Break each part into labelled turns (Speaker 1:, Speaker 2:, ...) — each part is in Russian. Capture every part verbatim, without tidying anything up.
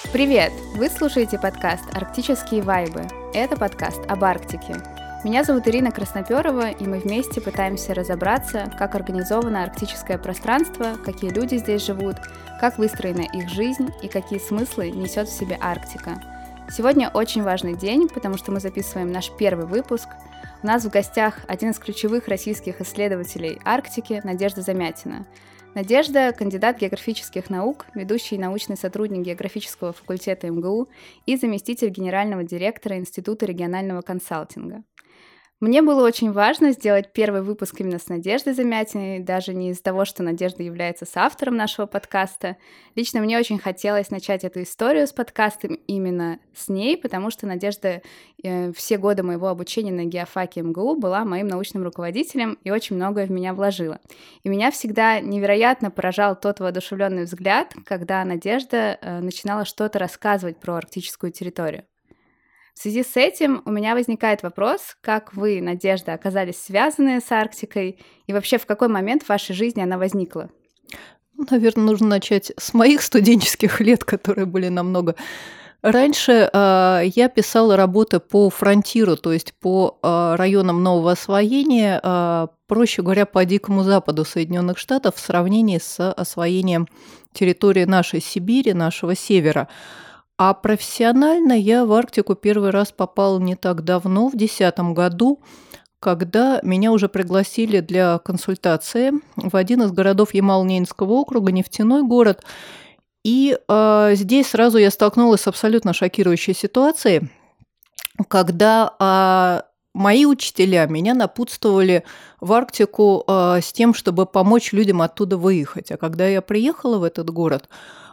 Speaker 1: Привет! Вы слушаете подкаст «Арктические вайбы». Это подкаст об Арктике. Меня зовут Ирина Красноперова, и мы вместе пытаемся разобраться, как организовано арктическое пространство, какие люди здесь живут, как выстроена их жизнь и какие смыслы несет в себе Арктика. Сегодня очень важный день, потому что мы записываем наш первый выпуск. У нас в гостях один из ключевых российских исследователей Арктики Надежда Замятина. Надежда – кандидат географических наук, ведущий научный сотрудник географического факультета эм гэ у и заместитель генерального директора Института регионального консалтинга. Мне было очень важно сделать первый выпуск именно с Надеждой Замятиной, даже не из-за того, что Надежда является соавтором нашего подкаста. Лично мне очень хотелось начать эту историю с подкастом именно с ней, потому что Надежда э, все годы моего обучения на геофаке эм гэ у была моим научным руководителем и очень многое в меня вложила. И меня всегда невероятно поражал тот воодушевленный взгляд, когда Надежда э, начинала что-то рассказывать про арктическую территорию. В связи с этим у меня возникает вопрос, как вы, Надежда, оказались связаны с Арктикой и вообще в какой момент в вашей жизни она возникла?
Speaker 2: Наверное, нужно начать с моих студенческих лет, которые были намного раньше. Э, я писала работы по фронтиру, то есть по э, районам нового освоения, э, проще говоря, по Дикому Западу Соединенных Штатов в сравнении с освоением территории нашей Сибири, нашего севера. А профессионально я в Арктику первый раз попала не так давно, в две тысячи десятом году, когда меня уже пригласили для консультации в один из городов Ямало-Ненецкого округа, нефтяной город. И э, здесь сразу я столкнулась с абсолютно шокирующей ситуацией, когда э, мои учителя меня напутствовали в Арктику э, с тем, чтобы помочь людям оттуда выехать. А когда я приехала в этот город,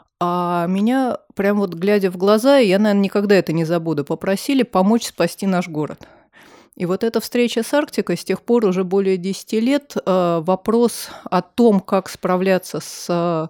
Speaker 2: А меня, прям вот глядя в глаза, я, наверное, никогда это не забуду, попросили помочь спасти наш город. И вот эта встреча с Арктикой, с тех пор уже более десяти лет, э, вопрос о том, как справляться с э,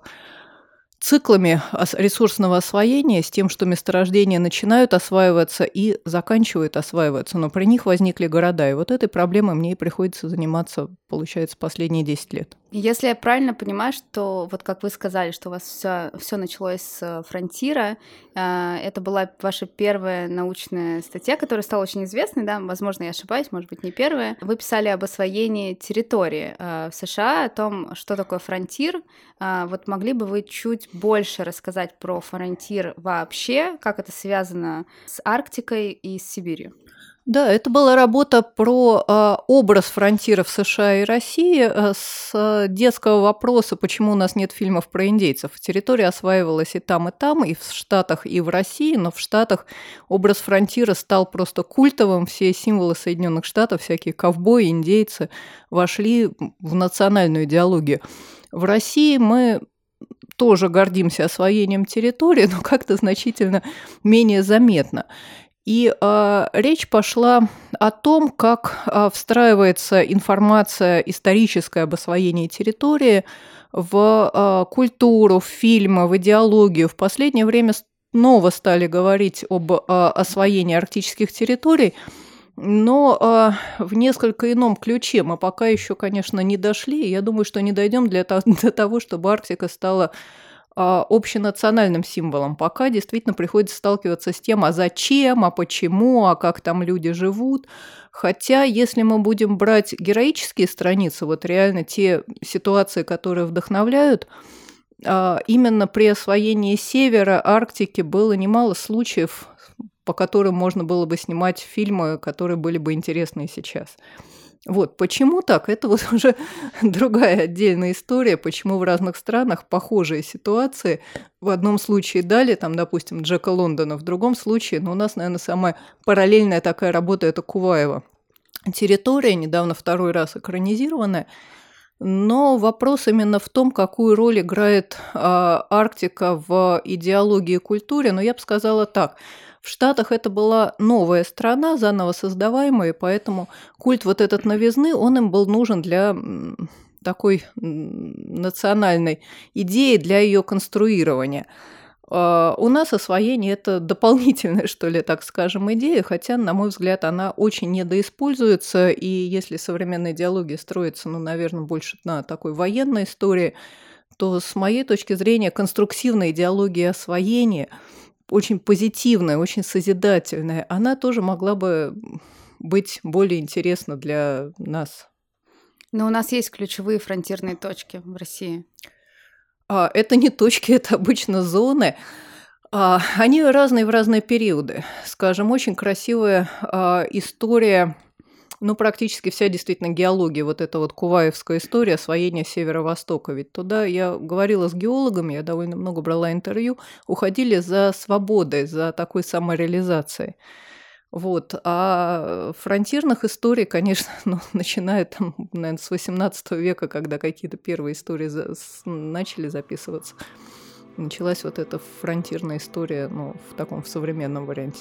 Speaker 2: циклами ресурсного освоения, с тем, что месторождения начинают осваиваться и заканчивают осваиваться, но при них возникли города. И вот этой проблемой мне и приходится заниматься, получается, последние десять лет.
Speaker 1: Если я правильно понимаю, что вот как вы сказали, что у вас все, все началось с фронтира, это была ваша первая научная статья, которая стала очень известной, да, возможно, я ошибаюсь, может быть, не первая. Вы писали об освоении территории в США, о том, что такое фронтир. Вот могли бы вы чуть больше рассказать про фронтир вообще, как это связано с Арктикой и с Сибирью?
Speaker 2: Да, это была работа про э, образ фронтира в США и России э, с детского вопроса, почему у нас нет фильмов про индейцев. Территория осваивалась и там, и там, и в Штатах, и в России, но в Штатах образ фронтира стал просто культовым. Все символы Соединенных Штатов, всякие ковбои, индейцы, вошли в национальную идеологию. В России мы тоже гордимся освоением территории, но как-то значительно менее заметно. И э, речь пошла о том, как э, встраивается информация историческая об освоении территории в э, культуру, в фильмы, в идеологию. В последнее время снова стали говорить об э, освоении арктических территорий, но э, в несколько ином ключе. Мы пока еще, конечно, не дошли, и я думаю, что не дойдем для того, для того, чтобы Арктика стала общенациональным символом. Пока действительно приходится сталкиваться с тем, а зачем, а почему, а как там люди живут. Хотя, если мы будем брать героические страницы, вот реально те ситуации, которые вдохновляют, именно при освоении севера Арктики было немало случаев, по которым можно было бы снимать фильмы, которые были бы интересны сейчас. Вот, почему так? Это вот уже другая отдельная история, почему в разных странах похожие ситуации. В одном случае дали, там, допустим, Джека Лондона, в другом случае, но у нас, наверное, самая параллельная такая работа – это Куваева. Территория, недавно второй раз экранизированная, но вопрос именно в том, какую роль играет э, Арктика в идеологии и культуре, но я бы сказала так – в Штатах это была новая страна, заново создаваемая, поэтому культ вот этот новизны, он им был нужен для такой национальной идеи, для ее конструирования. У нас освоение – это дополнительная, что ли, так скажем, идея, хотя, на мой взгляд, она очень недоиспользуется, и если современная идеология строится, ну, наверное, больше на такой военной истории, то, с моей точки зрения, конструктивная идеология освоения очень позитивная, очень созидательная, она тоже могла бы быть более интересна для нас.
Speaker 1: Но у нас есть ключевые фронтирные точки в России.
Speaker 2: А, это не точки, это обычно зоны. А, они разные в разные периоды. Скажем, очень красивая а, история, ну, практически вся действительно геология, вот эта вот куваевская история освоения Северо-Востока. Ведь туда я говорила с геологами, я довольно много брала интервью, уходили за свободой, за такой самореализацией. Вот. А фронтирных историй, конечно, ну, начиная там, наверное, с восемнадцатого века, когда какие-то первые истории за- с- начали записываться, началась вот эта фронтирная история, ну, в таком в современном варианте.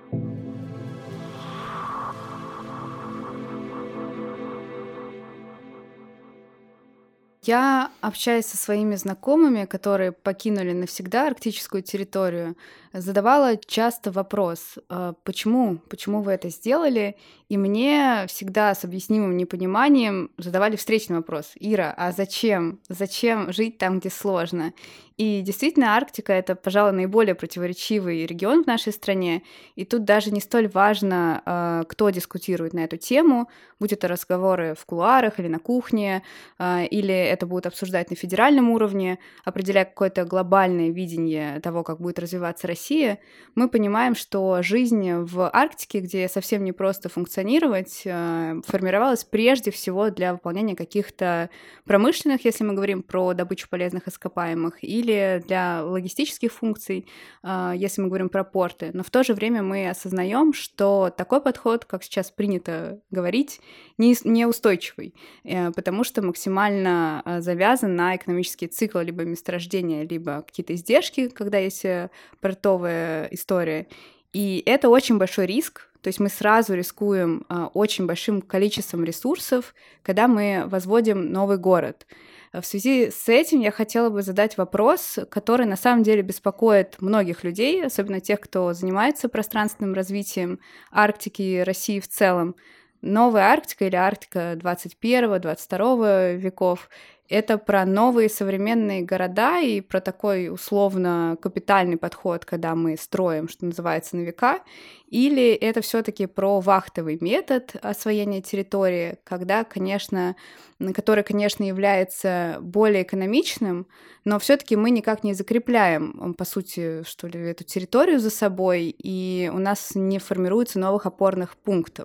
Speaker 1: Я общаюсь со своими знакомыми, которые покинули навсегда арктическую территорию, задавала часто вопрос, э, почему, почему вы это сделали? И мне всегда с объяснимым непониманием задавали встречный вопрос: Ира, а зачем? Зачем жить там, где сложно? И действительно, Арктика — это, пожалуй, наиболее противоречивый регион в нашей стране, и тут даже не столь важно, э, кто дискутирует на эту тему, будь это разговоры в кулуарах или на кухне, э, или это будут обсуждать на федеральном уровне, определяя какое-то глобальное видение того, как будет развиваться Россия. Мы понимаем, что жизнь в Арктике, где совсем непросто функционировать, э, формировалась прежде всего для выполнения каких-то промышленных, если мы говорим про добычу полезных ископаемых, или для логистических функций, э, если мы говорим про порты. Но в то же время мы осознаем, что такой подход, как сейчас принято говорить, не- неустойчивый, э, потому что максимально э, завязан на экономические циклы либо месторождения, либо какие-то издержки, когда есть э, портовая история. И это очень большой риск. То есть мы сразу рискуем э, очень большим количеством ресурсов, когда мы возводим новый город. В связи с этим я хотела бы задать вопрос, который на самом деле беспокоит многих людей, особенно тех, кто занимается пространственным развитием Арктики и России в целом. Новая Арктика или Арктика двадцать первого — двадцать второго веков — это про новые современные города и про такой условно капитальный подход, когда мы строим, что называется, на века, или это все-таки про вахтовый метод освоения территории, когда, конечно, который, конечно, является более экономичным, но все-таки мы никак не закрепляем, по сути, что ли, эту территорию за собой, и у нас не формируется новых опорных пунктов.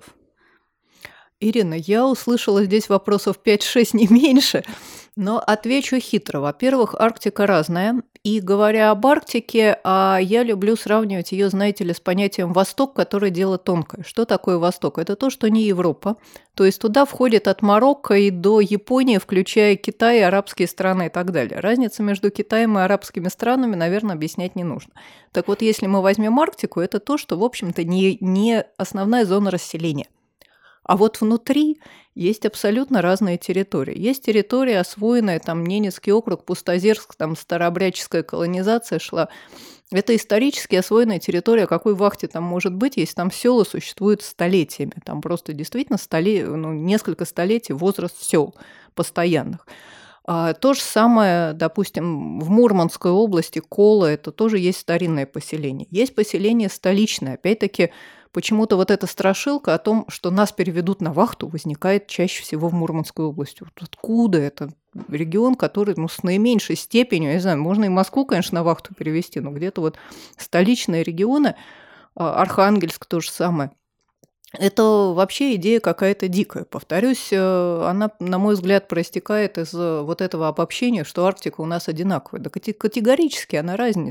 Speaker 2: Ирина, я услышала здесь вопросов пять-шесть, не меньше, но отвечу хитро. Во-первых, Арктика разная, и говоря об Арктике, а, я люблю сравнивать ее, знаете ли, с понятием «Восток», которое дело тонкое. Что такое Восток? Это то, что не Европа, то есть туда входит от Марокко и до Японии, включая Китай, арабские страны и так далее. Разница между Китаем и арабскими странами, наверное, объяснять не нужно. Так вот, если мы возьмем Арктику, это то, что, в общем-то, не, не основная зона расселения. А вот внутри есть абсолютно разные территории. Есть территория, освоенная, там, Ненецкий округ, Пустозерск, там, старообрядческая колонизация шла. Это исторически освоенная территория, какой вахте там может быть, если там села существуют столетиями. Там просто действительно столе... ну, несколько столетий возраст сел постоянных. А то же самое, допустим, в Мурманской области, Кола, это тоже есть старинное поселение. Есть поселение столичное, опять-таки, почему-то вот эта страшилка о том, что нас переведут на вахту, возникает чаще всего в Мурманской области. Вот откуда это? Регион, который, ну, с наименьшей степенью, я не знаю, можно и Москву, конечно, на вахту перевести, но где-то вот столичные регионы, Архангельск то же самое. Это вообще идея какая-то дикая. Повторюсь, она, на мой взгляд, проистекает из вот этого обобщения, что Арктика у нас одинаковая. Да категорически она разная.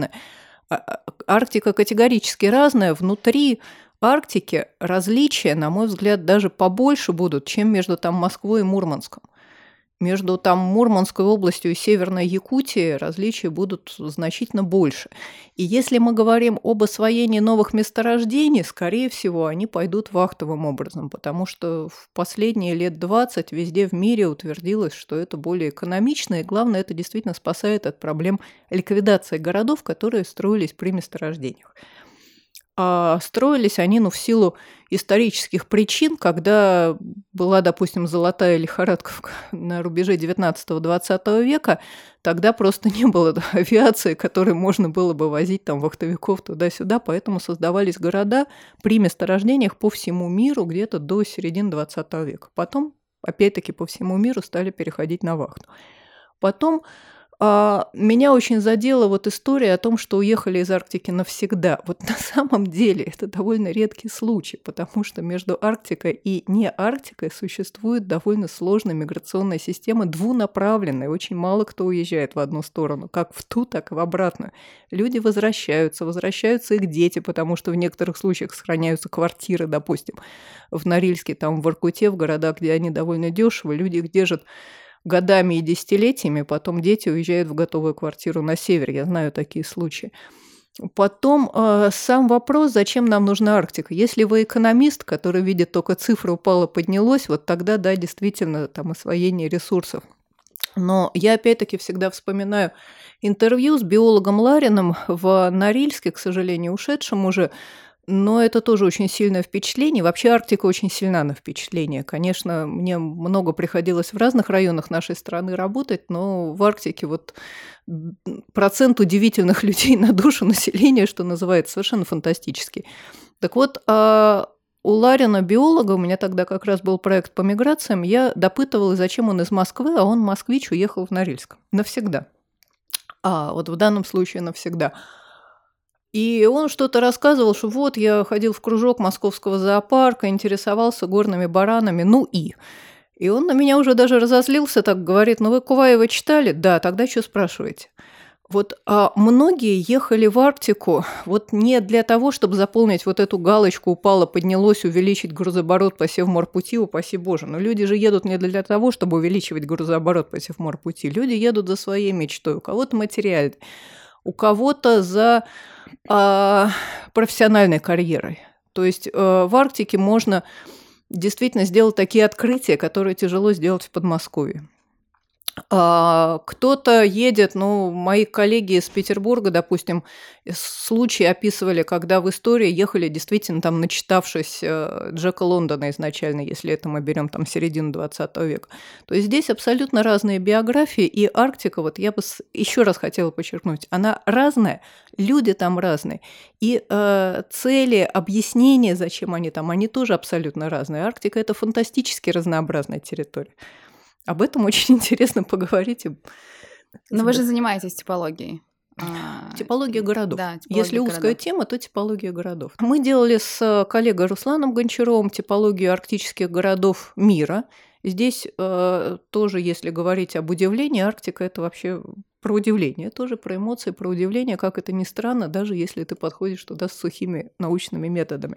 Speaker 2: Арктика категорически разная. Внутри Арктики различия, на мой взгляд, даже побольше будут, чем между там Москвой и Мурманском. Между там Мурманской областью и Северной Якутией различия будут значительно больше. И если мы говорим об освоении новых месторождений, скорее всего, они пойдут вахтовым образом, потому что в последние лет двадцать везде в мире утвердилось, что это более экономично, и главное, это действительно спасает от проблем ликвидации городов, которые строились при месторождениях. А строились они, ну, в силу исторических причин, когда была, допустим, золотая лихорадка на рубеже девятнадцатого-двадцатого века, тогда просто не было авиации, которой можно было бы возить там вахтовиков туда-сюда, поэтому создавались города при месторождениях по всему миру где-то до середины двадцатого века. Потом, опять-таки, по всему миру стали переходить на вахту. Потом а, меня очень задела вот история о том, что уехали из Арктики навсегда. Вот на самом деле это довольно редкий случай, потому что между Арктикой и не Арктикой существует довольно сложная миграционная система, двунаправленная. Очень мало кто уезжает в одну сторону, как в ту, так и в обратную. Люди возвращаются, возвращаются их дети, потому что в некоторых случаях сохраняются квартиры, допустим, в Норильске, там в Воркуте, в городах, где они довольно дешевы, люди их держат годами и десятилетиями, потом дети уезжают в готовую квартиру на север. Я знаю такие случаи. Потом э, сам вопрос, зачем нам нужна Арктика. Если вы экономист, который видит только цифры упало, поднялось, вот тогда, да, действительно, там освоение ресурсов. Но я опять-таки всегда вспоминаю интервью с биологом Лариным в Норильске, к сожалению, ушедшим уже. Но это тоже очень сильное впечатление. Вообще Арктика очень сильна на впечатление. Конечно, мне много приходилось в разных районах нашей страны работать, но в Арктике вот процент удивительных людей на душу населения, что называется, совершенно фантастический. Так вот, а у Ларина, биолога, у меня тогда как раз был проект по миграциям, я допытывалась, зачем он из Москвы, а он, москвич, уехал в Норильск. Навсегда. А вот в данном случае навсегда. И он что-то рассказывал, что вот я ходил в кружок московского зоопарка, интересовался горными баранами, ну и... И он на меня уже даже разозлился, так говорит, ну вы Куваева читали? Да, тогда что спрашиваете? Вот а многие ехали в Арктику вот не для того, чтобы заполнить вот эту галочку «упало, поднялось», увеличить грузооборот по Севморпути, упаси Боже. Но люди же едут не для того, чтобы увеличивать грузооборот по Севморпути. Люди едут за своей мечтой, у кого-то материальной, у кого-то за а, профессиональной карьерой. То есть а, в Арктике можно действительно сделать такие открытия, которые тяжело сделать в Подмосковье. А, кто-то едет, ну, мои коллеги из Петербурга, допустим, случаи описывали, когда в истории ехали действительно там, начитавшись Джека Лондона изначально, если это мы берем там середину двадцатого века. То есть здесь абсолютно разные биографии, и Арктика, вот я бы еще раз хотела подчеркнуть, она разная, люди там разные, и э, цели, объяснения, зачем они там, они тоже абсолютно разные. Арктика – это фантастически разнообразная территория. Об этом очень интересно поговорить.
Speaker 1: Но вы же занимаетесь типологией.
Speaker 2: Типология городов.
Speaker 1: Да, типология
Speaker 2: Если узкая
Speaker 1: городов.
Speaker 2: тема, то типология городов. Мы делали с коллегой Русланом Гончаровым типологию арктических городов мира. Здесь э, тоже, если говорить об удивлении, Арктика – это вообще про удивление, тоже про эмоции, про удивление, как это ни странно, даже если ты подходишь туда с сухими научными методами.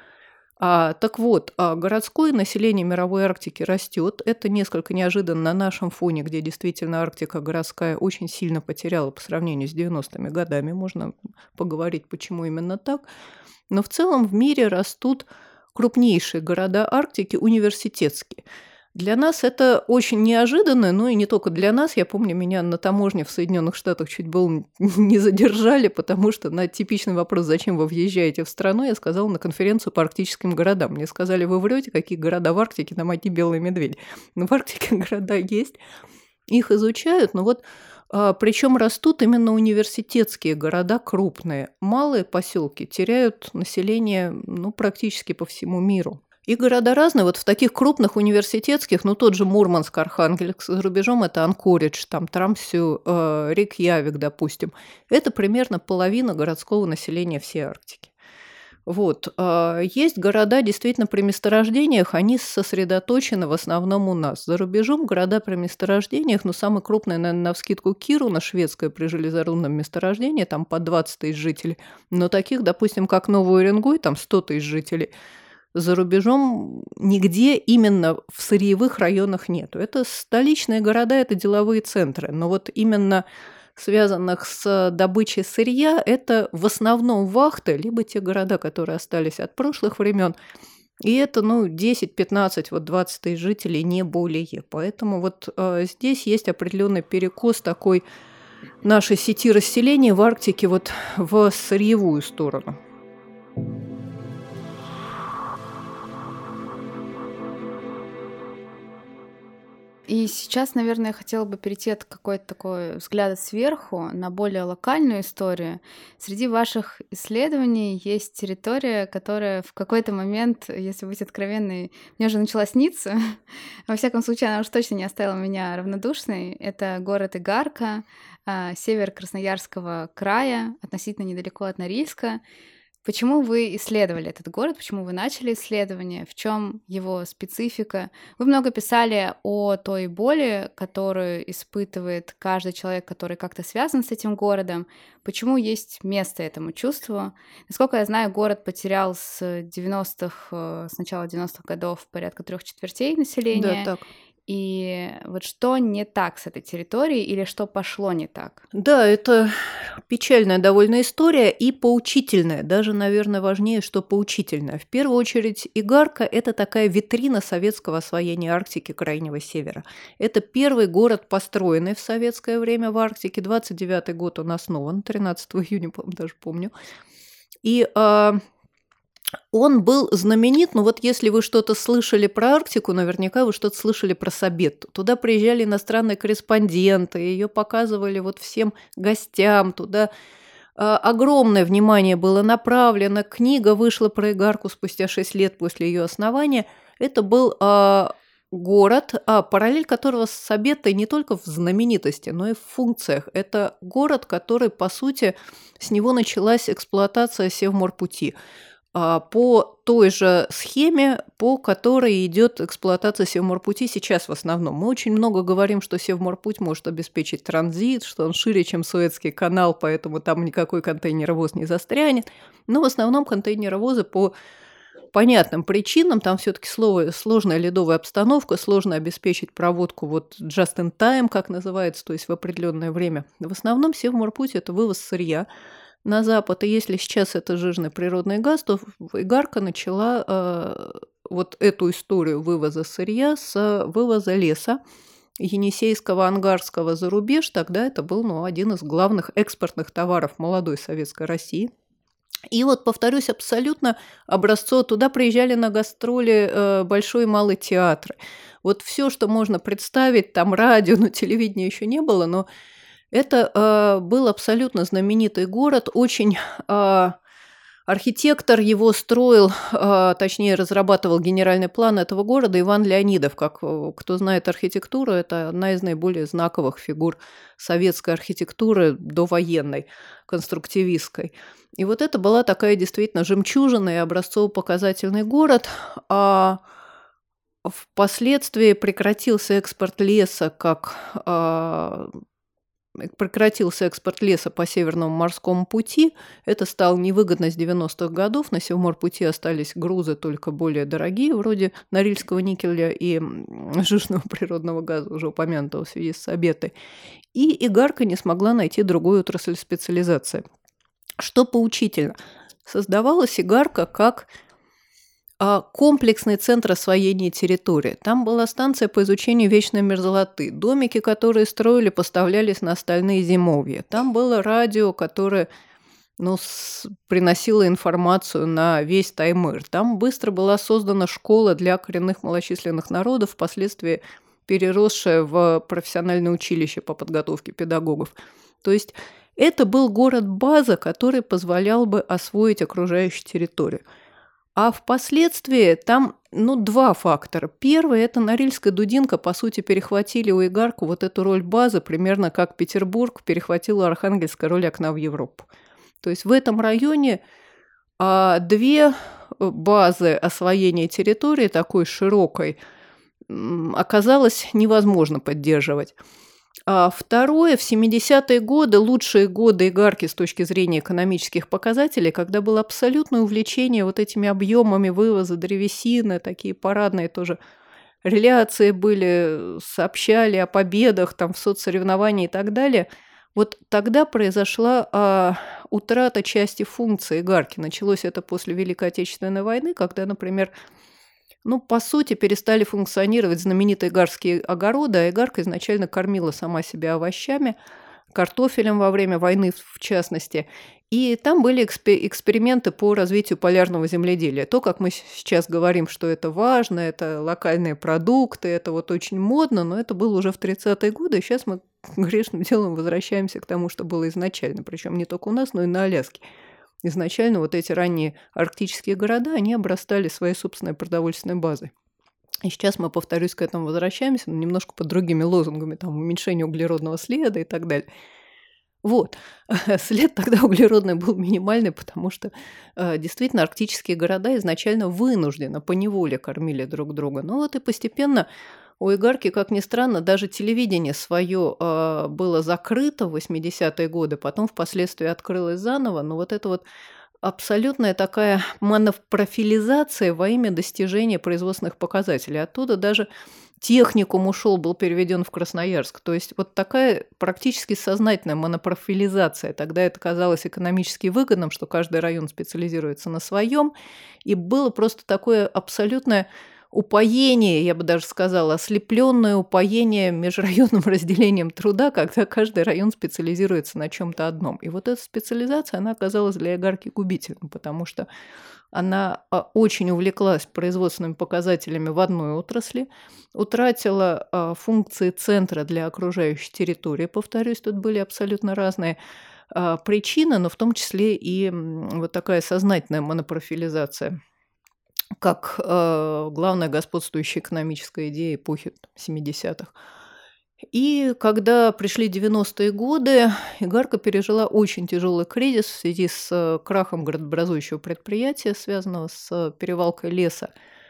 Speaker 2: А, так вот, а городское население мировой Арктики растет. Это несколько неожиданно на нашем фоне, где действительно Арктика городская очень сильно потеряла по сравнению с девяностыми годами. Можно поговорить, почему именно так. Но в целом в мире растут крупнейшие города Арктики университетские. Для нас это очень неожиданно, но и не только для нас. Я помню, меня на таможне в Соединенных Штатах чуть было не задержали, потому что на типичный вопрос, зачем вы въезжаете в страну, я сказала на конференцию по арктическим городам. Мне сказали, вы врете, какие города в Арктике, там одни белые медведи. Но в Арктике города есть, их изучают, но вот причем растут именно университетские города крупные. Малые поселки теряют население ну, практически по всему миру. И города разные. Вот в таких крупных университетских, ну тот же Мурманск, Архангельск, за рубежом это Анкоридж, там Трамсю, э, Рейкьявик, допустим. Это примерно половина городского населения всей Арктики. Вот. Э, есть города действительно при месторождениях, они сосредоточены в основном у нас. За рубежом города при месторождениях, ну самый крупный, наверное, навскидку Кируна, шведское при железорудном месторождении, там по двадцать тысяч жителей. Но таких, допустим, как Новый Уренгой, там сто тысяч жителей. За рубежом нигде именно в сырьевых районах нету. Это столичные города, это деловые центры. Но вот именно связанных с добычей сырья, это в основном вахты, либо те города, которые остались от прошлых времен. И это ну, десять, пятнадцать, вот двадцать тысяч жителей, не более. Поэтому вот э, здесь есть определенный перекос такой нашей сети расселения в Арктике вот в сырьевую сторону.
Speaker 1: И сейчас, наверное, я хотела бы перейти от какой-то такой взгляда сверху на более локальную историю. Среди ваших исследований есть территория, которая в какой-то момент, если быть откровенной, мне уже начала сниться. Во всяком случае, она уж точно не оставила меня равнодушной. Это город Игарка, а, север Красноярского края, относительно недалеко от Норильска. Почему вы исследовали этот город? Почему вы начали исследование? В чем его специфика? Вы много писали о той боли, которую испытывает каждый человек, который как-то связан с этим городом. Почему есть место этому чувству? Насколько я знаю, город потерял с девяностых, э, с начала девяностых годов порядка трех четвертей
Speaker 2: Да,
Speaker 1: населения.
Speaker 2: так.
Speaker 1: И вот что не так с этой территорией или что пошло не так?
Speaker 2: Да, это печальная довольно история и поучительная. Даже, наверное, важнее, что поучительная. В первую очередь, Игарка – это такая витрина советского освоения Арктики Крайнего Севера. Это первый город, построенный в советское время в Арктике. двадцать девятый год он основан, тринадцатого июня, по-моему, даже помню. И а, он был знаменит, ну вот если вы что-то слышали про Арктику, наверняка вы что-то слышали про Сабетту. Туда приезжали иностранные корреспонденты, ее показывали вот всем гостям, туда а, огромное внимание было направлено. Книга вышла про Игарку спустя шесть лет после ее основания. Это был а, город, а, параллель которого с Сабеттой не только в знаменитости, но и в функциях. Это город, который, по сути, с него началась эксплуатация Севморпути. По той же схеме, по которой идет эксплуатация Севморпути сейчас в основном. Мы очень много говорим, что Севморпуть может обеспечить транзит, что он шире, чем Суэцкий канал, поэтому там никакой контейнеровоз не застрянет. Но в основном контейнеровозы по понятным причинам, там все-таки сложная ледовая обстановка, сложно обеспечить проводку вот just in time, как называется, то есть в определенное время. В основном Севморпуть – это вывоз сырья на запад, и если сейчас это жирный природный газ, то Игарка начала э, вот эту историю вывоза сырья с вывоза леса енисейского, ангарского за рубеж. Тогда это был ну, один из главных экспортных товаров молодой советской России. И вот, повторюсь, абсолютно образцово. Туда приезжали на гастроли э, большой и малый театры. Вот все, что можно представить, там радио, но телевидения еще не было, но это э, был абсолютно знаменитый город, очень э, архитектор его строил, э, точнее разрабатывал генеральный план этого города Иван Леонидов. Как кто знает архитектуру, это одна из наиболее знаковых фигур советской архитектуры довоенной, конструктивистской. И вот это была такая действительно жемчужина и образцово-показательный город. А впоследствии прекратился экспорт леса как... Э, Прекратился экспорт леса по Северному морскому пути. Это стало невыгодно с девяностых годов. На Севморпути остались грузы только более дорогие, вроде норильского никеля и жирного природного газа, уже упомянутого в связи с Сабеттой. И Игарка не смогла найти другую отрасль специализации. Что поучительно, создавалась Игарка как комплексный центр освоения территории. Там была станция по изучению вечной мерзлоты. Домики, которые строили, поставлялись на остальные зимовья. Там было радио, которое ну, с... приносило информацию на весь Таймыр. Там быстро была создана школа для коренных малочисленных народов, впоследствии переросшая в профессиональное училище по подготовке педагогов. То есть это был город-база, который позволял бы освоить окружающую территорию. А впоследствии там ну, два фактора. Первый – это Норильская Дудинка, по сути, перехватили у Игарку вот эту роль базы, примерно как Петербург перехватил у Архангельска роль окна в Европу. То есть в этом районе а, две базы освоения территории такой широкой оказалось невозможно поддерживать. А второе, в семидесятые годы, лучшие годы Игарки с точки зрения экономических показателей, когда было абсолютное увлечение вот этими объемами вывоза древесины, такие парадные тоже реляции были, сообщали о победах там, в соцсоревновании и так далее. Вот тогда произошла а, утрата части функции Игарки. Началось это после Великой Отечественной войны, когда, например, ну, по сути, перестали функционировать знаменитые игарские огороды, а Игарка изначально кормила сама себя овощами, картофелем во время войны, в частности. И там были эксперименты по развитию полярного земледелия. То, как мы сейчас говорим, что это важно, это локальные продукты, это вот очень модно, но это было уже в тридцатые годы, и сейчас мы грешным делом возвращаемся к тому, что было изначально, причем не только у нас, но и на Аляске. Изначально вот эти ранние арктические города, они обрастали своей собственной продовольственной базой. И сейчас мы, повторюсь, к этому возвращаемся, но немножко под другими лозунгами, там, уменьшение углеродного следа и так далее. Вот. След тогда углеродный был минимальный, потому что э, действительно арктические города изначально вынужденно, поневоле кормили друг друга. Но вот и постепенно у Игарки, как ни странно, даже телевидение свое э, было закрыто в восьмидесятые годы, потом впоследствии открылось заново, но вот это вот абсолютная такая монопрофилизация во имя достижения производственных показателей. Оттуда даже техникум ушел, был переведен в Красноярск. То есть вот такая практически сознательная монопрофилизация. Тогда это казалось экономически выгодным, что каждый район специализируется на своем. И было просто такое абсолютное упоение, я бы даже сказала, ослепленное упоение межрайонным разделением труда, когда каждый район специализируется на чем-то одном. И вот эта специализация, она оказалась для Игарки губительной, потому что она очень увлеклась производственными показателями в одной отрасли, утратила функции центра для окружающей территории. Повторюсь, тут были абсолютно разные причины, но в том числе и вот такая сознательная монопрофилизация, как э, главная господствующая экономическая идея эпохи семидесятых. И когда пришли девяностые годы, Игарка пережила очень тяжелый кризис в связи с крахом городообразующего предприятия, связанного с перевалкой леса.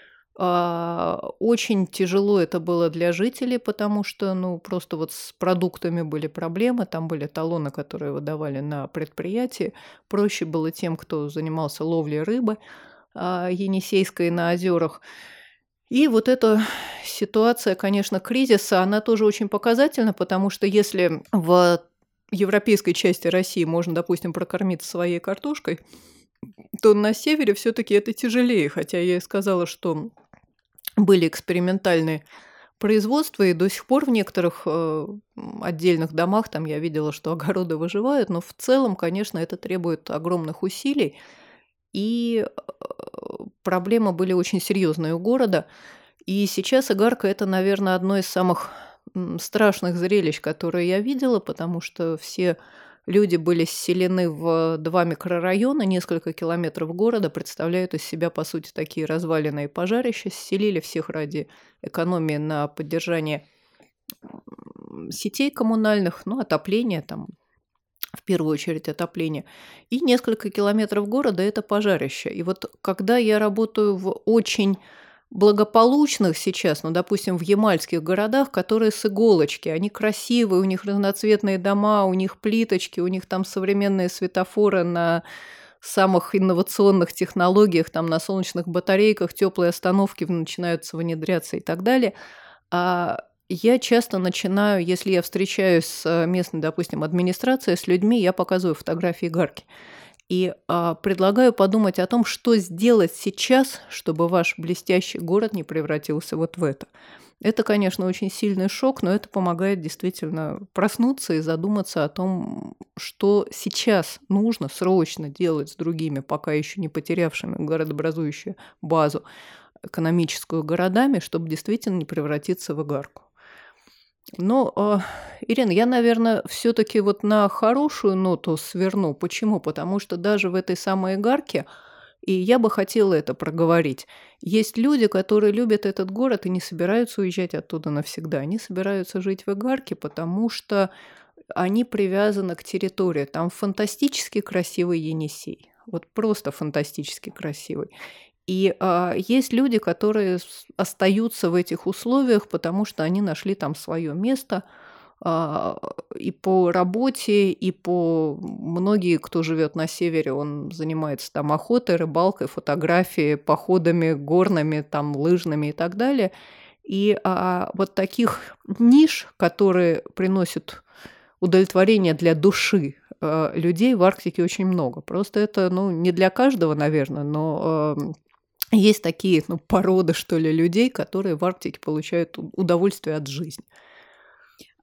Speaker 2: Очень тяжело это было для жителей, потому что ну, просто вот с продуктами были проблемы, там были талоны, которые выдавали на предприятии. Проще было тем, кто занимался ловлей рыбы енисейской на озерах. И вот эта ситуация, конечно, кризиса, она тоже очень показательна, потому что если в европейской части России можно, допустим, прокормиться своей картошкой, то на севере все-таки это тяжелее, хотя я и сказала, что были экспериментальные производства, и до сих пор в некоторых э, отдельных домах там я видела, что огороды выживают, но в целом, конечно, это требует огромных усилий. И проблемы были очень серьезные у города. И сейчас Игарка – это, наверное, одно из самых страшных зрелищ, которые я видела, потому что все люди были селены в два микрорайона, несколько километров города, представляют из себя, по сути, такие развалины и пожарища. Селили всех ради экономии на поддержание сетей коммунальных, ну, отопления там, в первую очередь отопление, и несколько километров города – это пожарище. И вот когда я работаю в очень благополучных сейчас, ну, допустим, в ямальских городах, которые с иголочки, они красивые, у них разноцветные дома, у них плиточки, у них там современные светофоры на самых инновационных технологиях, там на солнечных батарейках, теплые остановки начинаются внедряться и так далее. А я часто начинаю, если я встречаюсь с местной, допустим, администрацией, с людьми, я показываю фотографии Игарки. И а, предлагаю подумать о том, что сделать сейчас, чтобы ваш блестящий город не превратился вот в это. Это, конечно, очень сильный шок, но это помогает действительно проснуться и задуматься о том, что сейчас нужно срочно делать с другими, пока еще не потерявшими городообразующую базу экономическую городами, чтобы действительно не превратиться в Игарку. Но, э, Ирина, я, наверное, все-таки вот на хорошую ноту сверну. Почему? Потому что даже в этой самой Игарке, и я бы хотела это проговорить, есть люди, которые любят этот город и не собираются уезжать оттуда навсегда. Они собираются жить в Игарке, потому что они привязаны к территории. Там фантастически красивый Енисей. Вот просто фантастически красивый. И а, есть люди, которые остаются в этих условиях, потому что они нашли там свое место а, и по работе, и по... Многие, кто живет на севере, он занимается там охотой, рыбалкой, фотографией, походами горными, там, лыжными и так далее. И а, вот таких ниш, которые приносят удовлетворение для души а, людей в Арктике очень много. Просто это ну, не для каждого, наверное, но... А, есть такие ну, породы, что ли, людей, которые в Арктике получают удовольствие от жизни.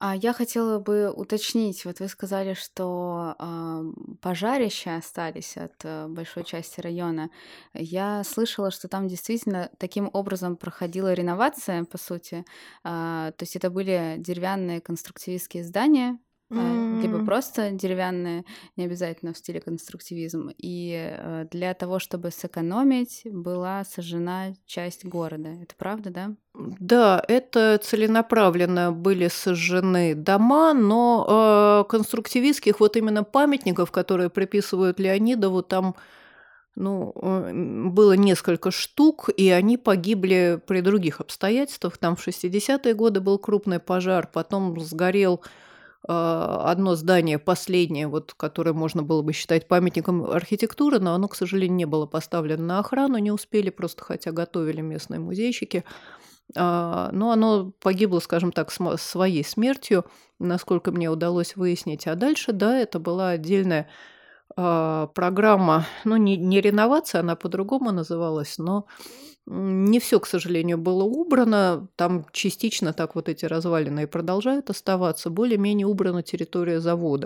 Speaker 1: А я хотела бы уточнить, вот вы сказали, что а, пожарища остались от а, большой части района. Я слышала, что там действительно таким образом проходила реновация, по сути. А, то есть это были деревянные конструктивистские здания, а, либо
Speaker 2: М,
Speaker 1: просто деревянные, не обязательно в стиле конструктивизм. И э, для того, чтобы сэкономить, была сожжена часть города. Это правда, да?
Speaker 2: Да, это целенаправленно были сожжены дома, но, э, конструктивистских вот именно памятников, которые приписывают Леонидову, там, ну, э, м, было несколько штук, и они погибли при других обстоятельствах. Там в шестидесятые годы был крупный пожар, потом сгорел, э, одно здание, последнее, вот, которое можно было бы считать памятником архитектуры, но оно, к сожалению, не было поставлено на охрану, не успели просто, хотя готовили местные музейщики. А, но оно погибло, скажем так, смо своей смертью, насколько мне удалось выяснить. А дальше, да, это была отдельная, а, программа, ну, не не реновация, она по-другому называлась, но, м, не все, к сожалению, было убрано. Там частично так вот эти развалины и продолжают оставаться. Более-менее убрана территория завода,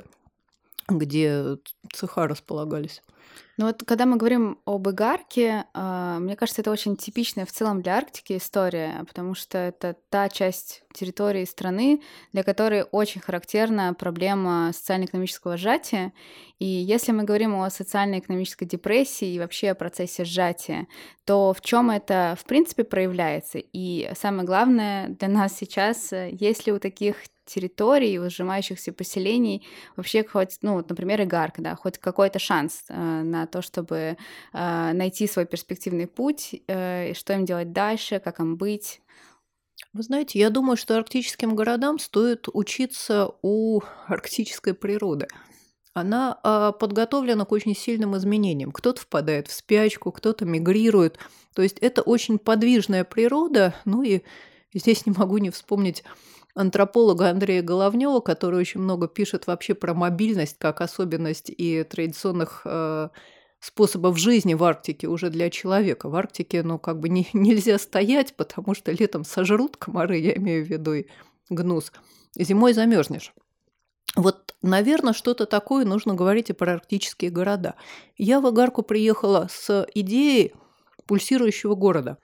Speaker 2: где цеха располагались.
Speaker 1: Ну вот, когда мы говорим об игарке, а, мне кажется, это очень типичная в целом для Арктики история, потому что это та часть территории страны, для которой очень характерна проблема социально-экономического сжатия. И если мы говорим о социально-экономической депрессии и вообще о процессе сжатия, то в чем это, в принципе, проявляется? И самое главное для нас сейчас, э, есть ли у таких территорий, у сжимающихся поселений вообще хоть, ну, вот, например, игарка, да, хоть какой-то шанс э, на то, чтобы э, найти свой перспективный путь, э, и что им делать дальше, как им быть.
Speaker 2: Вы знаете, я думаю, что арктическим городам стоит учиться у арктической природы. Она, а, подготовлена к очень сильным изменениям. Кто-то впадает в спячку, кто-то мигрирует. То есть это очень подвижная природа. Ну и здесь не могу не вспомнить антрополога Андрея Головнева, который очень много пишет вообще про мобильность как особенность и традиционных, э, способов жизни в Арктике уже для человека. В Арктике, ну, как бы не нельзя стоять, потому что летом сожрут комары, я имею в виду и гнус, зимой замерзнешь. Вот, наверное, что-то такое нужно говорить и про арктические города. Я в Игарку приехала с идеей пульсирующего города.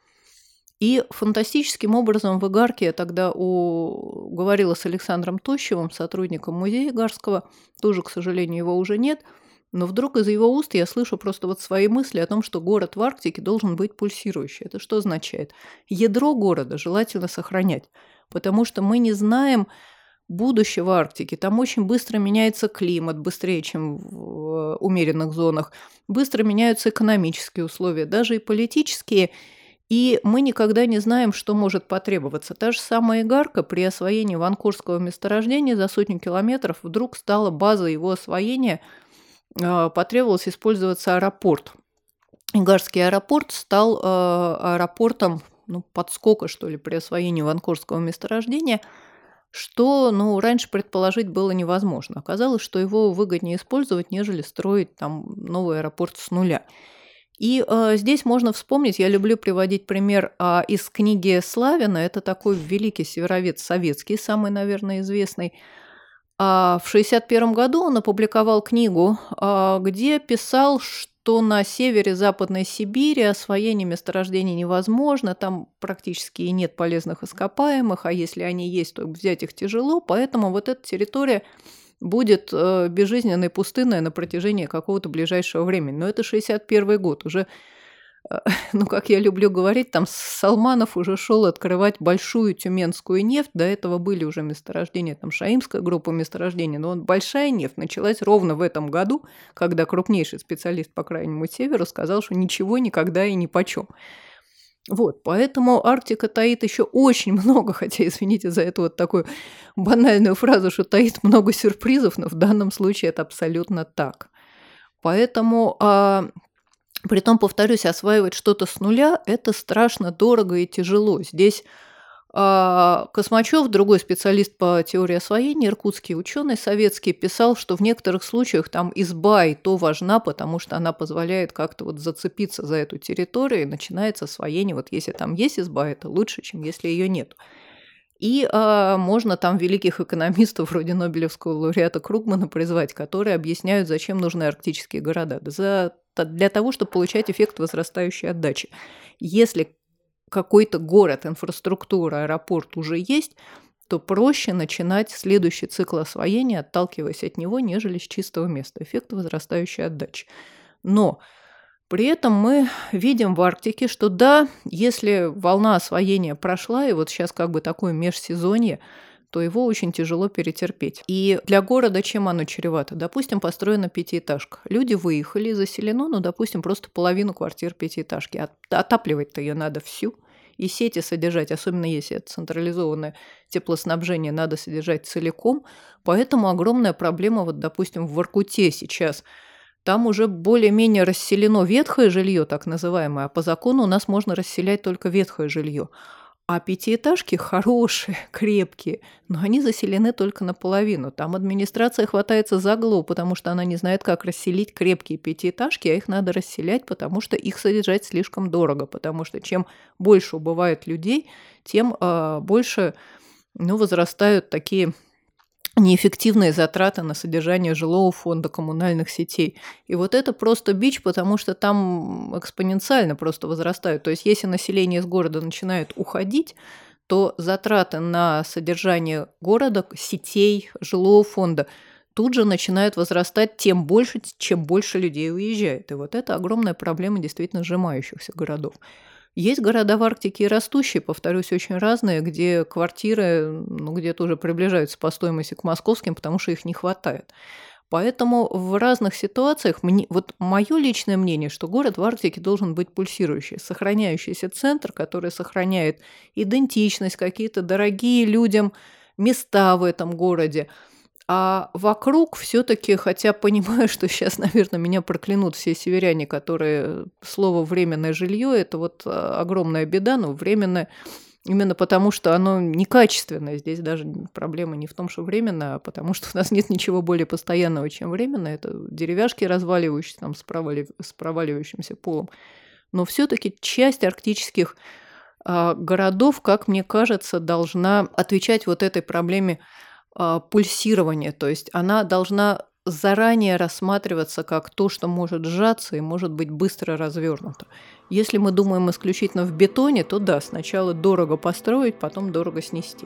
Speaker 2: И фантастическим образом в Игарке я тогда у... говорила с Александром Тощевым, сотрудником музея Игарского, тоже, к сожалению, его уже нет, но вдруг из его уст я слышу просто вот свои мысли о том, что город в Арктике должен быть пульсирующий. Это что означает? Ядро города желательно сохранять, потому что мы не знаем будущее в Арктике. Там очень быстро меняется климат, быстрее, чем в умеренных зонах. Быстро меняются экономические условия, даже и политические. И мы никогда не знаем, что может потребоваться. Та же самая Игарка при освоении Ванкурского месторождения за сотню километров вдруг стала базой его освоения. а, Потребовалось использоваться аэропорт. Игарский аэропорт стал а, аэропортом, ну, подскока, что ли, при освоении Ванкурского месторождения, что, ну, раньше предположить было невозможно. Оказалось, что его выгоднее использовать, нежели строить там новый аэропорт с нуля. И э, здесь можно вспомнить, я люблю приводить пример а, из книги Славина, это такой великий северовед советский, самый, наверное, известный. А в шестьдесят первом году он опубликовал книгу, а, где писал, что на севере Западной Сибири освоение месторождений невозможно, там практически и нет полезных ископаемых, а если они есть, то взять их тяжело, поэтому вот эта территория будет э, безжизненной, пустынной на протяжении какого-то ближайшего времени. Но это шестьдесят первый год. Уже, э, ну, как я люблю говорить, там Салманов уже шел открывать большую тюменскую нефть. До этого были уже месторождения, там Шаимская группа месторождений. Но вот большая нефть началась ровно в этом году, когда крупнейший специалист по Крайнему Северу сказал, что ничего никогда и ни почем. Вот, поэтому Арктика таит еще очень много, хотя, извините за эту вот такую банальную фразу, что таит много сюрпризов, но в данном случае это абсолютно так. Поэтому, а, притом, повторюсь, осваивать что-то с нуля – это страшно дорого и тяжело. Здесь а, Космачев, другой специалист по теории освоения, иркутский ученый советский, писал, что в некоторых случаях там изба и то важна, потому что она позволяет как-то вот зацепиться за эту территорию, и начинается освоение. Вот если там есть изба, это лучше, чем если ее нет. И а, можно там великих экономистов, вроде Нобелевского лауреата Кругмана, призвать, которые объясняют, зачем нужны арктические города. За, для того, чтобы получать эффект возрастающей отдачи. Если какой-то город, инфраструктура, аэропорт уже есть, то проще начинать следующий цикл освоения, отталкиваясь от него, нежели с чистого места. Эффект возрастающей отдачи. Но при этом мы видим в Арктике, что да, если волна освоения прошла, и вот сейчас как бы такое межсезонье, то его очень тяжело перетерпеть. И для города чем оно чревато? Допустим, построена пятиэтажка. Люди выехали, заселено, ну, допустим, просто половину квартир пятиэтажки. Отапливать-то ее надо всю. И сети содержать, особенно если это централизованное теплоснабжение, надо содержать целиком. Поэтому огромная проблема, вот, допустим, в Воркуте сейчас. Там уже более-менее расселено ветхое жилье, так называемое, а по закону у нас можно расселять только ветхое жилье. А пятиэтажки хорошие, крепкие, но они заселены только наполовину. Там администрация хватается за голову, потому что она не знает, как расселить крепкие пятиэтажки, а их надо расселять, потому что их содержать слишком дорого, потому что чем больше убывает людей, тем э, больше ну, возрастают такие неэффективные затраты на содержание жилого фонда, коммунальных сетей. И вот это просто бич, потому что там экспоненциально просто возрастают. То есть если население из города начинает уходить, то затраты на содержание города, сетей, жилого фонда тут же начинают возрастать тем больше, чем больше людей уезжает. И вот это огромная проблема действительно сжимающихся городов. Есть города в Арктике и растущие, повторюсь, очень разные, где квартиры ну, где-то уже приближаются по стоимости к московским, потому что их не хватает. Поэтому в разных ситуациях, мне, вот мое личное мнение, что город в Арктике должен быть пульсирующий, сохраняющийся центр, который сохраняет идентичность, какие-то дорогие людям места в этом городе. А вокруг все-таки, хотя понимаю, что сейчас, наверное, меня проклянут все северяне, которые слово «временное жилье» – это вот огромная беда, но временное именно потому, что оно некачественное. Здесь даже проблема не в том, что временно, а потому что у нас нет ничего более постоянного, чем временно. Это деревяшки, разваливающиеся там, с, провали... с проваливающимся полом. Но все-таки часть арктических а, городов, как мне кажется, должна отвечать вот этой проблеме пульсирование, то есть она должна заранее рассматриваться как то, что может сжаться и может быть быстро развернуто. Если мы думаем исключительно в бетоне, то да, сначала дорого построить, потом дорого снести.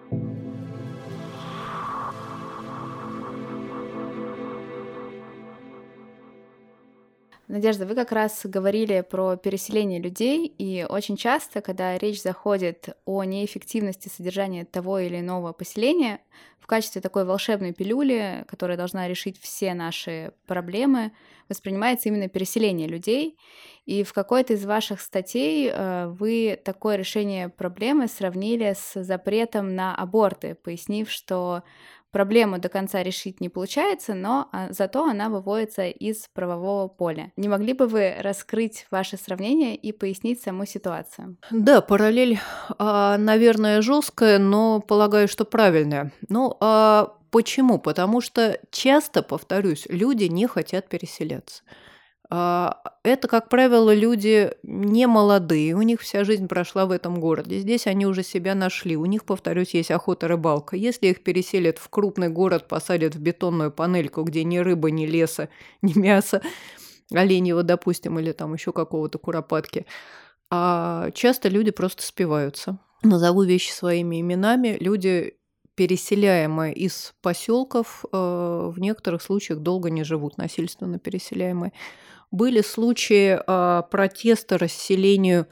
Speaker 1: Надежда, вы как раз говорили про переселение людей, и очень часто, когда речь заходит о неэффективности содержания того или иного поселения, в качестве такой волшебной пилюли, которая должна решить все наши проблемы, воспринимается именно переселение людей. И в какой-то из ваших статей вы такое решение проблемы сравнили с запретом на аборты, пояснив, что проблему до конца решить не получается, но зато она выводится из правового поля. Не могли бы вы раскрыть ваше сравнение и пояснить саму ситуацию?
Speaker 2: Да, параллель, наверное, жесткая, но полагаю, что правильная. Ну, а почему? Потому что часто, повторюсь, люди не хотят переселяться. Это, как правило, люди не молодые, у них вся жизнь прошла в этом городе. Здесь они уже себя нашли, у них, повторюсь, есть охота, рыбалка. Если их переселят в крупный город, посадят в бетонную панельку, где ни рыбы, ни леса, ни мяса, оленьего, допустим, или там еще какого-то куропатки, а часто люди просто спиваются. Назову вещи своими именами. Люди, переселяемые из поселков, в некоторых случаях долго не живут, насильственно переселяемые. Были случаи э, протеста расселению,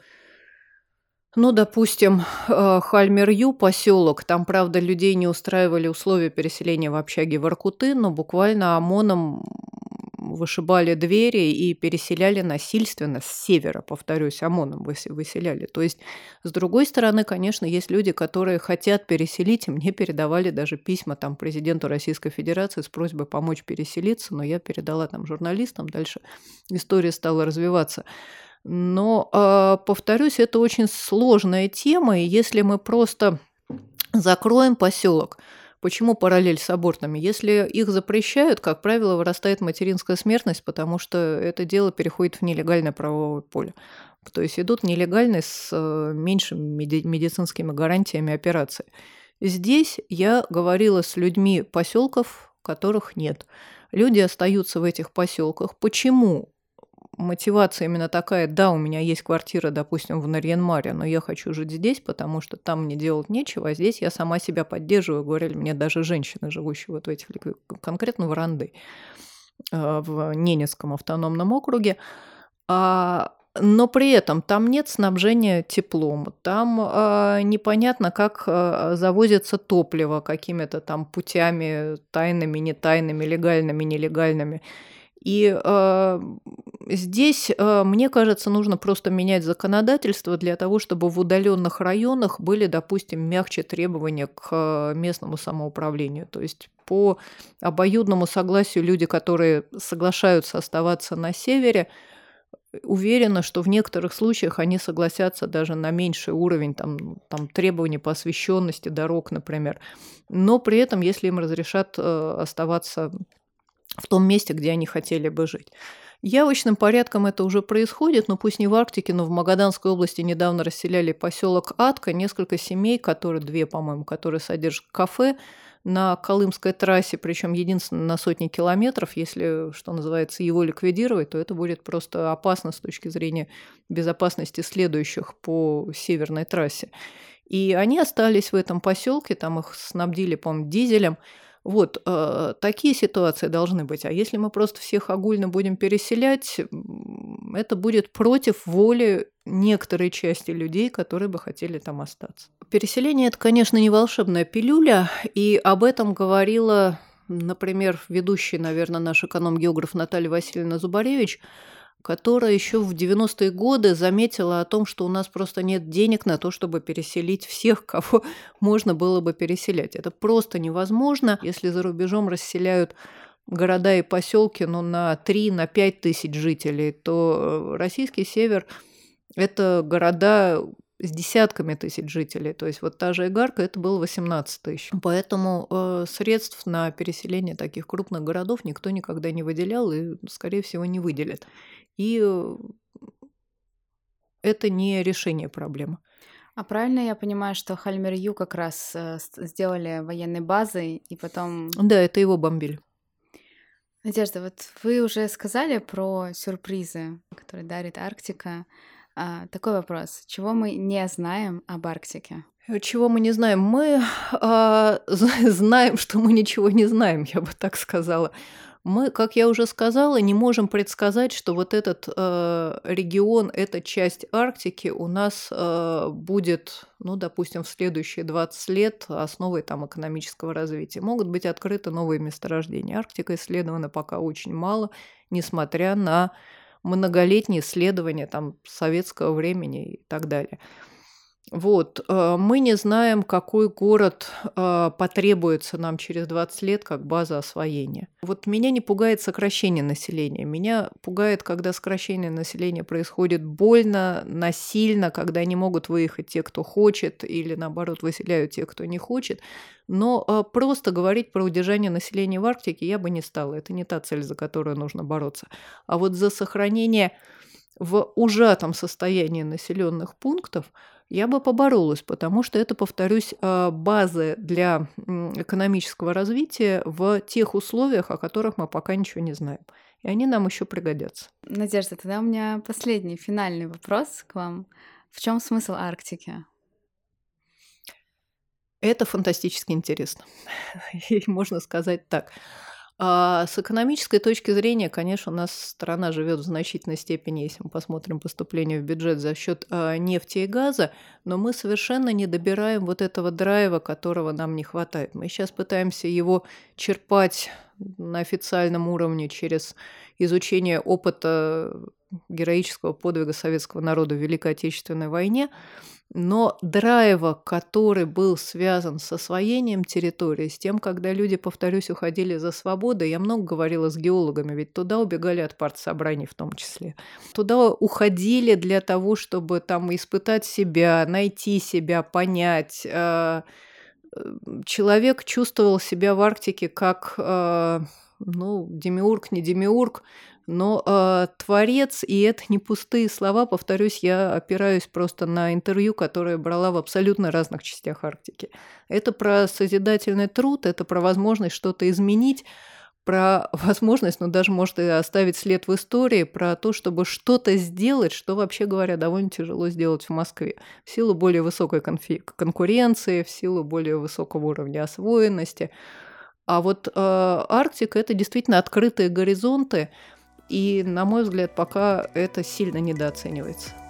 Speaker 2: ну, допустим, э, Хальмер-Ю, поселок. Там, правда, людей не устраивали условия переселения в общаге Воркуты, но буквально ОМОНом вышибали двери и переселяли насильственно с севера, повторюсь, ОМОНом выселяли. То есть, с другой стороны, конечно, есть люди, которые хотят переселить, и мне передавали даже письма там, президенту Российской Федерации с просьбой помочь переселиться, но я передала там журналистам, дальше история стала развиваться. Но, э, повторюсь, это очень сложная тема, и если мы просто закроем поселок, Почему параллель с абортами? Если их запрещают, как правило, вырастает материнская смертность, потому что это дело переходит в нелегальное правовое поле. То есть идут нелегальные с меньшими медицинскими гарантиями операции. Здесь я говорила с людьми поселков, которых нет. Люди остаются в этих поселках. Почему? Мотивация именно такая: да, у меня есть квартира, допустим, в Нарьян-Маре, но я хочу жить здесь, потому что там мне делать нечего, а здесь я сама себя поддерживаю, говорили мне даже женщины, живущие вот в этих, конкретно в Ранды, в Ненецком автономном округе. Но при этом там нет снабжения теплом, там э, непонятно, как э, завозится топливо какими-то там путями тайными, нетайными, легальными, нелегальными. И э, здесь, э, мне кажется, нужно просто менять законодательство для того, чтобы в удаленных районах были, допустим, мягче требования к местному самоуправлению. То есть по обоюдному согласию люди, которые соглашаются оставаться на севере, уверена, что в некоторых случаях они согласятся даже на меньший уровень там, там, требований по освещенности дорог, например. Но при этом, если им разрешат э, оставаться в том месте, где они хотели бы жить. Явочным порядком это уже происходит, но пусть не в Арктике, но в Магаданской области недавно расселяли поселок Атка, несколько семей, которые, две, по-моему, которые содержат кафе на Колымской трассе, причем единственно на сотни километров. Если, что называется, его ликвидировать, то это будет просто опасно с точки зрения безопасности следующих по северной трассе. И они остались в этом поселке, там их снабдили, по-моему, дизелем. Вот, э, такие ситуации должны быть. А если мы просто всех огульно будем переселять, это будет против воли некоторой части людей, которые бы хотели там остаться. Переселение – это, конечно, не волшебная пилюля, и об этом говорила, например, ведущий, наверное, наш эконом-географ Наталья Васильевна Зубаревич, которая еще в девяностые годы заметила о том, что у нас просто нет денег на то, чтобы переселить всех, кого можно было бы переселять. Это просто невозможно. Если за рубежом расселяют города и поселки, ну, на три-пять тысяч жителей, то российский север – это города с десятками тысяч жителей. То есть вот та же Игарка – это было восемнадцать тысяч. Поэтому э, средств на переселение таких крупных городов никто никогда не выделял и, скорее всего, не выделит. И это не решение проблемы.
Speaker 1: А правильно я понимаю, что Хальмер-Ю как раз э, сделали военной базой, и потом…
Speaker 2: Да, это его бомбили.
Speaker 1: Надежда, вот вы уже сказали про сюрпризы, которые дарит Арктика. А, такой вопрос. Чего мы не знаем об Арктике?
Speaker 2: Чего мы не знаем? Мы э, знаем, что мы ничего не знаем, я бы так сказала. Мы, как я уже сказала, не можем предсказать, что вот этот э, регион, эта часть Арктики у нас э, будет, ну, допустим, в следующие двадцать лет основой там экономического развития. Могут быть открыты новые месторождения. Арктика исследована пока очень мало, несмотря на многолетние исследования там, советского времени и так далее. Вот. Мы не знаем, какой город потребуется нам через двадцать лет как база освоения. Вот меня не пугает сокращение населения. Меня пугает, когда сокращение населения происходит больно, насильно, когда не могут выехать те, кто хочет, или наоборот выселяют те, кто не хочет. Но просто говорить про удержание населения в Арктике я бы не стала. Это не та цель, за которую нужно бороться. А вот за сохранение в ужатом состоянии населенных пунктов я бы поборолась, потому что это, повторюсь, базы для экономического развития в тех условиях, о которых мы пока ничего не знаем. И они нам еще пригодятся.
Speaker 1: Надежда, тогда у меня последний, финальный вопрос к вам. В чем смысл Арктики?
Speaker 2: Это фантастически интересно. И можно сказать так. А с экономической точки зрения, конечно, у нас страна живет в значительной степени, если мы посмотрим поступление в бюджет за счет а, нефти и газа, но мы совершенно не добираем вот этого драйва, которого нам не хватает. Мы сейчас пытаемся его черпать на официальном уровне через изучение опыта героического подвига советского народа в Великой Отечественной войне, но драйва, который был связан с освоением территории, с тем, когда люди, повторюсь, уходили за свободой, я много говорила с геологами, ведь туда убегали от партсобраний в том числе. Туда уходили для того, чтобы там испытать себя, найти себя, понять, человек чувствовал себя в Арктике как, э, ну, демиург, не демиург, но э, творец, и это не пустые слова, повторюсь, я опираюсь просто на интервью, которое брала в абсолютно разных частях Арктики. Это про созидательный труд, это про возможность что-то изменить, про возможность, ну, даже, может, и оставить след в истории, про то, чтобы что-то сделать, что, вообще говоря, довольно тяжело сделать в Москве. В силу более высокой конфи- конкуренции, в силу более высокого уровня освоенности. А вот э, Арктика – это действительно открытые горизонты, и, на мой взгляд, пока это сильно недооценивается.